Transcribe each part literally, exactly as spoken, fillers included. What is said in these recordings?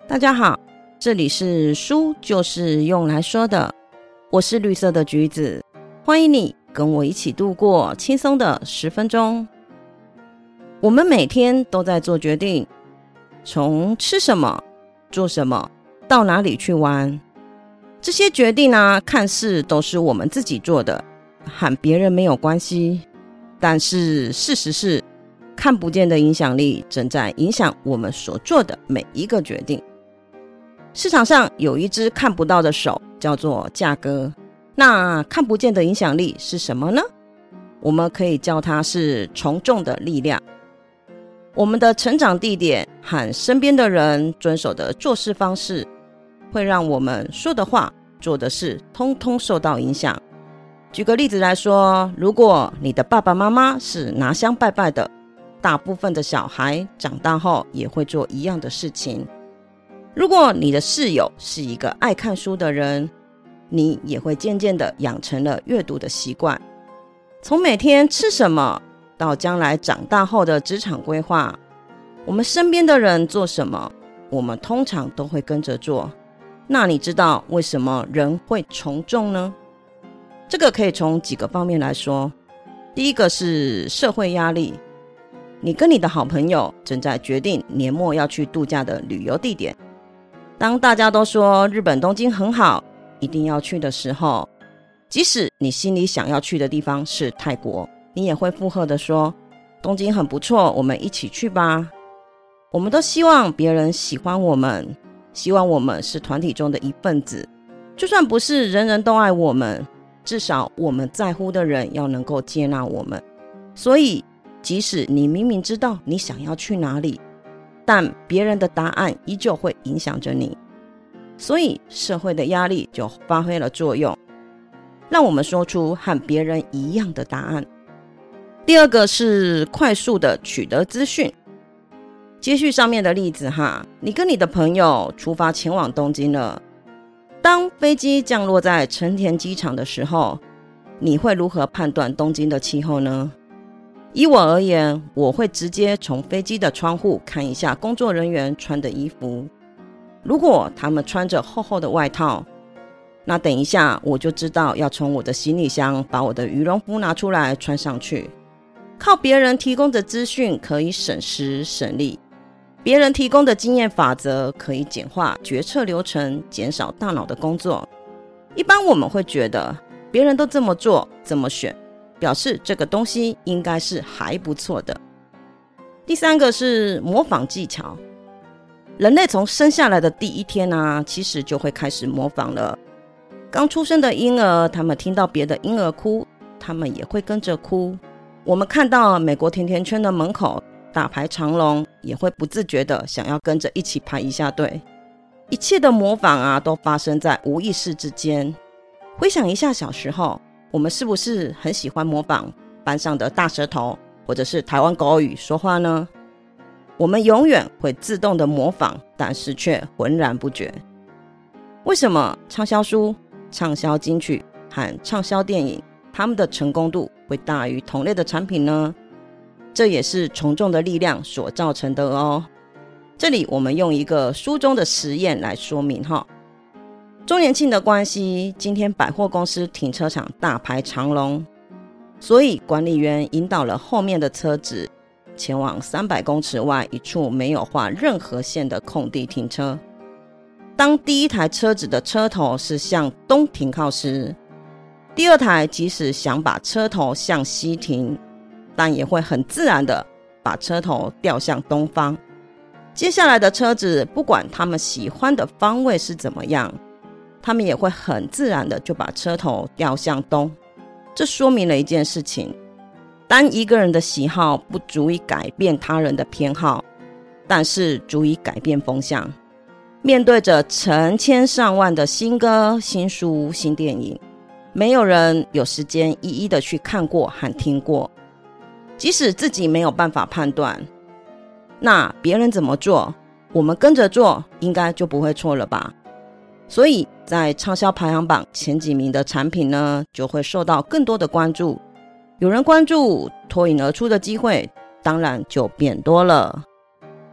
大家好，这里是书就是用来说的，我是绿色的橘子，欢迎你跟我一起度过轻松的十分钟。我们每天都在做决定，从吃什么、做什么，到哪里去玩。这些决定啊，看似都是我们自己做的，和别人没有关系，但是事实是，看不见的影响力正在影响我们所做的每一个决定。市场上有一只看不到的手，叫做价格。那看不见的影响力是什么呢？我们可以叫它是从众的力量。我们的成长地点和身边的人遵守的做事方式，会让我们说的话、做的事通通受到影响。举个例子来说，如果你的爸爸妈妈是拿香拜拜的，大部分的小孩长大后也会做一样的事情。如果你的室友是一个爱看书的人，你也会渐渐地养成了阅读的习惯。从每天吃什么到将来长大后的职场规划，我们身边的人做什么，我们通常都会跟着做。那你知道为什么人会从众呢？这个可以从几个方面来说。第一个是社会压力，你跟你的好朋友正在决定年末要去度假的旅游地点。当大家都说日本东京很好，一定要去的时候，即使你心里想要去的地方是泰国，你也会附和的说，东京很不错，我们一起去吧。我们都希望别人喜欢我们，希望我们是团体中的一份子，就算不是人人都爱我们，至少我们在乎的人要能够接纳我们。所以即使你明明知道你想要去哪里，但别人的答案依旧会影响着你，所以社会的压力就发挥了作用，让我们说出和别人一样的答案。第二个是快速的取得资讯。接续上面的例子哈，你跟你的朋友出发前往东京了，当飞机降落在成田机场的时候，你会如何判断东京的气候呢？以我而言，我会直接从飞机的窗户看一下工作人员穿的衣服。如果他们穿着厚厚的外套，那等一下我就知道要从我的行李箱把我的羽绒服拿出来穿上去。靠别人提供的资讯可以省时省力，别人提供的经验法则可以简化决策流程，减少大脑的工作。一般我们会觉得别人都这么做这么选，表示这个东西应该是还不错的。第三个是模仿技巧。人类从生下来的第一天啊，其实就会开始模仿了。刚出生的婴儿，他们听到别的婴儿哭，他们也会跟着哭。我们看到美国甜甜圈的门口大排长龙，也会不自觉的想要跟着一起排一下队。一切的模仿啊，都发生在无意识之间。回想一下小时候，我们是不是很喜欢模仿班上的大舌头或者是台湾国语说话呢？我们永远会自动的模仿，但是却浑然不觉。为什么畅销书、畅销金曲和畅销电影，他们的成功度会大于同类的产品呢？这也是从众的力量所造成的哦。这里我们用一个书中的实验来说明哈。周年庆的关系，今天百货公司停车场大排长龙，所以管理员引导了后面的车子前往三百公尺外一处没有画任何线的空地停车。当第一台车子的车头是向东停靠时，第二台即使想把车头向西停，但也会很自然的把车头调向东方。接下来的车子不管他们喜欢的方位是怎么样，他们也会很自然的就把车头调向东。这说明了一件事情，当一个人的喜好不足以改变他人的偏好，但是足以改变风向。面对着成千上万的新歌、新书、新电影，没有人有时间一一的去看过和听过。即使自己没有办法判断，那别人怎么做，我们跟着做，应该就不会错了吧？所以在畅销排行榜前几名的产品呢，就会受到更多的关注。有人关注，脱颖而出的机会当然就变多了。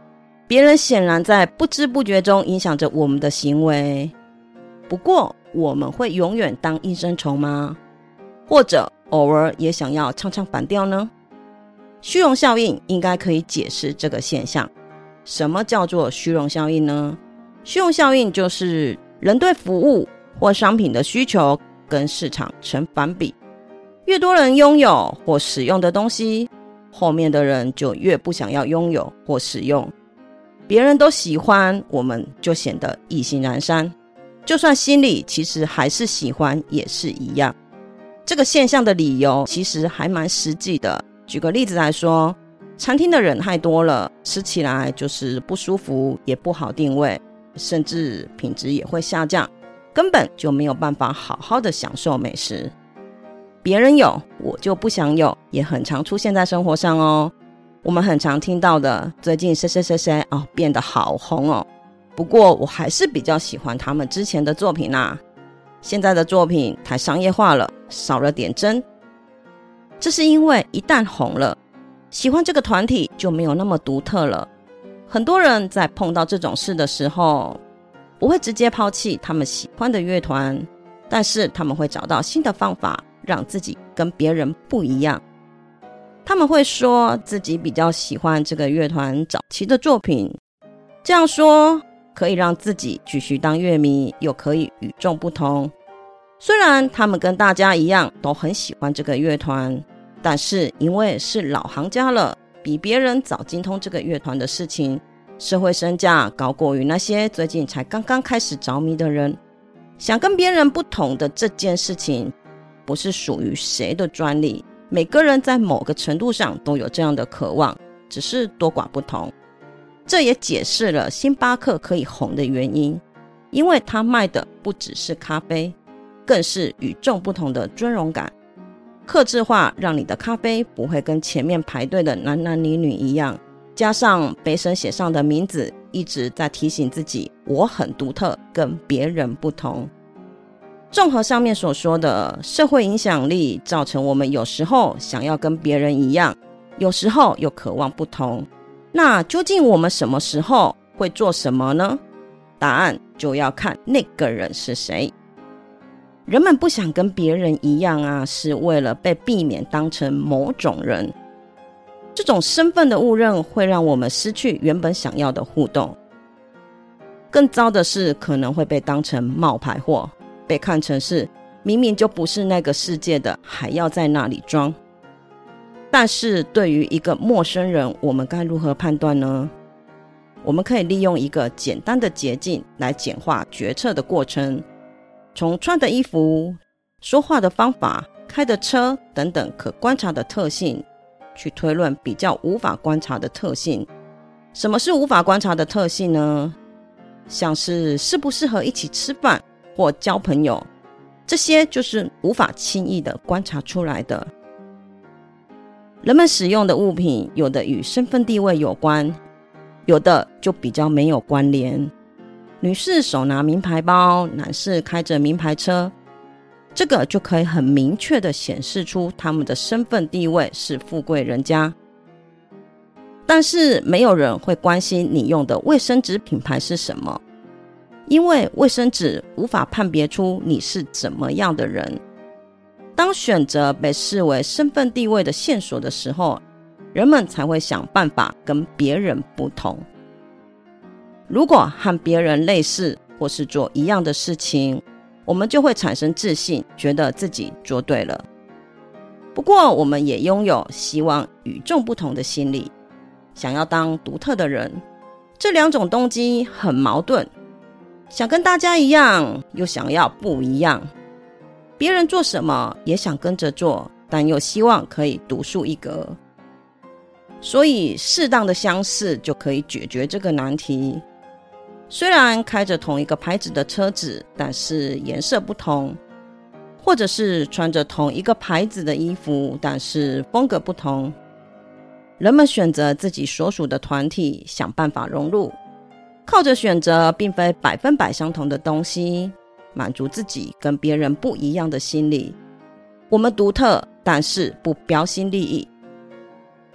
别人显然在不知不觉中影响着我们的行为。不过，我们会永远当应声虫吗？或者偶尔也想要唱唱反调呢？虚荣效应应该可以解释这个现象。什么叫做虚荣效应呢？虚荣效应就是人对服务或商品的需求跟市场成反比，越多人拥有或使用的东西，后面的人就越不想要拥有或使用。别人都喜欢，我们就显得意兴阑珊，就算心里其实还是喜欢也是一样。这个现象的理由其实还蛮实际的。举个例子来说，餐厅的人太多了，吃起来就是不舒服，也不好定位，甚至品质也会下降，根本就没有办法好好的享受美食。别人有，我就不想有，也很常出现在生活上哦。我们很常听到的，最近谁谁谁谁哦变得好红哦，不过我还是比较喜欢他们之前的作品啦。现在的作品太商业化了，少了点真。这是因为一旦红了，喜欢这个团体就没有那么独特了。很多人在碰到这种事的时候，不会直接抛弃他们喜欢的乐团，但是他们会找到新的方法，让自己跟别人不一样。他们会说自己比较喜欢这个乐团早期的作品，这样说可以让自己继续当乐迷，又可以与众不同。虽然他们跟大家一样都很喜欢这个乐团，但是因为是老行家了，比别人早精通这个乐团的事情，社会身价高过于那些最近才刚刚开始着迷的人。想跟别人不同的这件事情，不是属于谁的专利，每个人在某个程度上都有这样的渴望，只是多寡不同。这也解释了星巴克可以红的原因，因为它卖的不只是咖啡，更是与众不同的尊荣感。客制化让你的咖啡不会跟前面排队的男男女女一样，加上杯身写上的名字一直在提醒自己我很独特，跟别人不同。综合上面所说的，社会影响力造成我们有时候想要跟别人一样，有时候又渴望不同。那究竟我们什么时候会做什么呢？答案就要看那个人是谁。人们不想跟别人一样啊，是为了被避免当成某种人。这种身份的误认会让我们失去原本想要的互动。更糟的是，可能会被当成冒牌货，被看成是明明就不是那个世界的，还要在那里装。但是对于一个陌生人，我们该如何判断呢？我们可以利用一个简单的捷径来简化决策的过程，从穿的衣服、说话的方法、开的车等等可观察的特性，去推论比较无法观察的特性。什么是无法观察的特性呢？像是适不适合一起吃饭或交朋友，这些就是无法轻易的观察出来的。人们使用的物品，有的与身份地位有关，有的就比较没有关联。女士手拿名牌包，男士开着名牌车，这个就可以很明确地显示出他们的身份地位是富贵人家。但是没有人会关心你用的卫生纸品牌是什么，因为卫生纸无法判别出你是怎么样的人。当选择被视为身份地位的线索的时候，人们才会想办法跟别人不同。如果和别人类似或是做一样的事情，我们就会产生自信，觉得自己做对了。不过我们也拥有希望与众不同的心理，想要当独特的人。这两种动机很矛盾，想跟大家一样，又想要不一样。别人做什么也想跟着做，但又希望可以独树一格。所以适当的相似就可以解决这个难题。虽然开着同一个牌子的车子，但是颜色不同，或者是穿着同一个牌子的衣服，但是风格不同。人们选择自己所属的团体，想办法融入，靠着选择并非百分百相同的东西，满足自己跟别人不一样的心理。我们独特，但是不标新立异。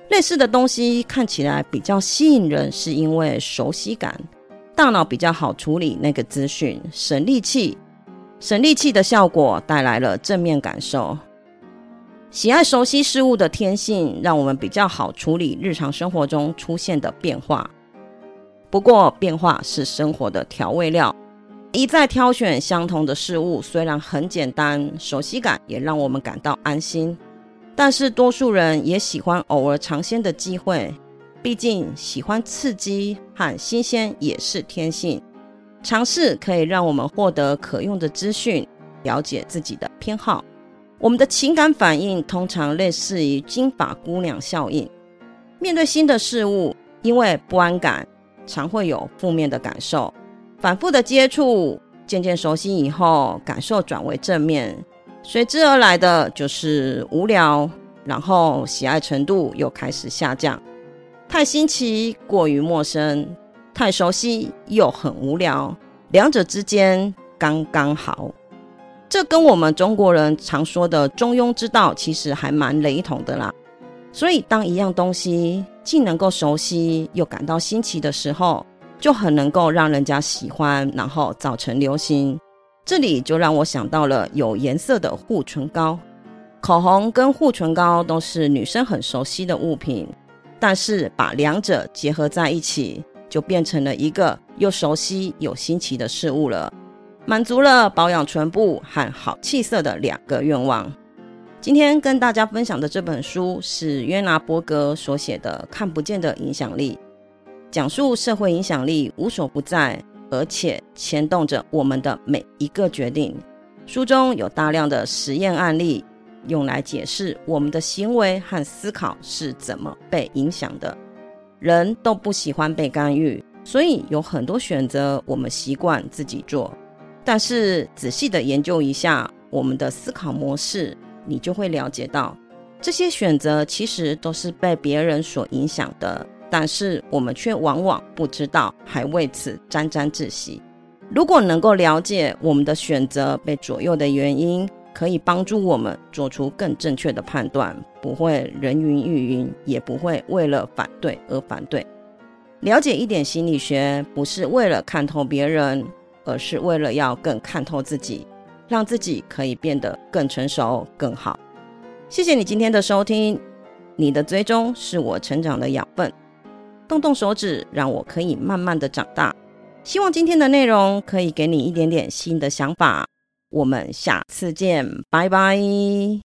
类似的东西看起来比较吸引人，是因为熟悉感，大脑比较好处理那个资讯，省力气，省力气的效果带来了正面感受。喜爱熟悉事物的天性，让我们比较好处理日常生活中出现的变化。不过，变化是生活的调味料，一再挑选相同的事物，虽然很简单，熟悉感也让我们感到安心。但是多数人也喜欢偶尔尝鲜的机会，毕竟喜欢刺激和新鲜也是天性。尝试可以让我们获得可用的资讯，了解自己的偏好。我们的情感反应通常类似于金发姑娘效应，面对新的事物，因为不安感，常会有负面的感受。反复的接触，渐渐熟悉以后，感受转为正面，随之而来的就是无聊，然后喜爱程度又开始下降。太新奇，过于陌生；太熟悉，又很无聊。两者之间刚刚好。这跟我们中国人常说的中庸之道其实还蛮雷同的啦。所以当一样东西既能够熟悉又感到新奇的时候，就很能够让人家喜欢，然后造成流行。这里就让我想到了有颜色的护唇膏。口红跟护唇膏都是女生很熟悉的物品，但是把两者结合在一起，就变成了一个又熟悉又新奇的事物了，满足了保养唇部和好气色的两个愿望。今天跟大家分享的这本书是约拿伯格所写的《看不见的影响力》，讲述社会影响力无所不在，而且牵动着我们的每一个决定。书中有大量的实验案例，用来解释我们的行为和思考是怎么被影响的。人都不喜欢被干预，所以有很多选择我们习惯自己做。但是仔细的研究一下我们的思考模式，你就会了解到，这些选择其实都是被别人所影响的，但是我们却往往不知道，还为此沾沾自喜。如果能够了解我们的选择被左右的原因，可以帮助我们做出更正确的判断，不会人云亦云，也不会为了反对而反对。了解一点心理学，不是为了看透别人，而是为了要更看透自己，让自己可以变得更成熟更好。谢谢你今天的收听，你的追踪是我成长的养分，动动手指让我可以慢慢的长大。希望今天的内容可以给你一点点新的想法，我们下次见，拜拜。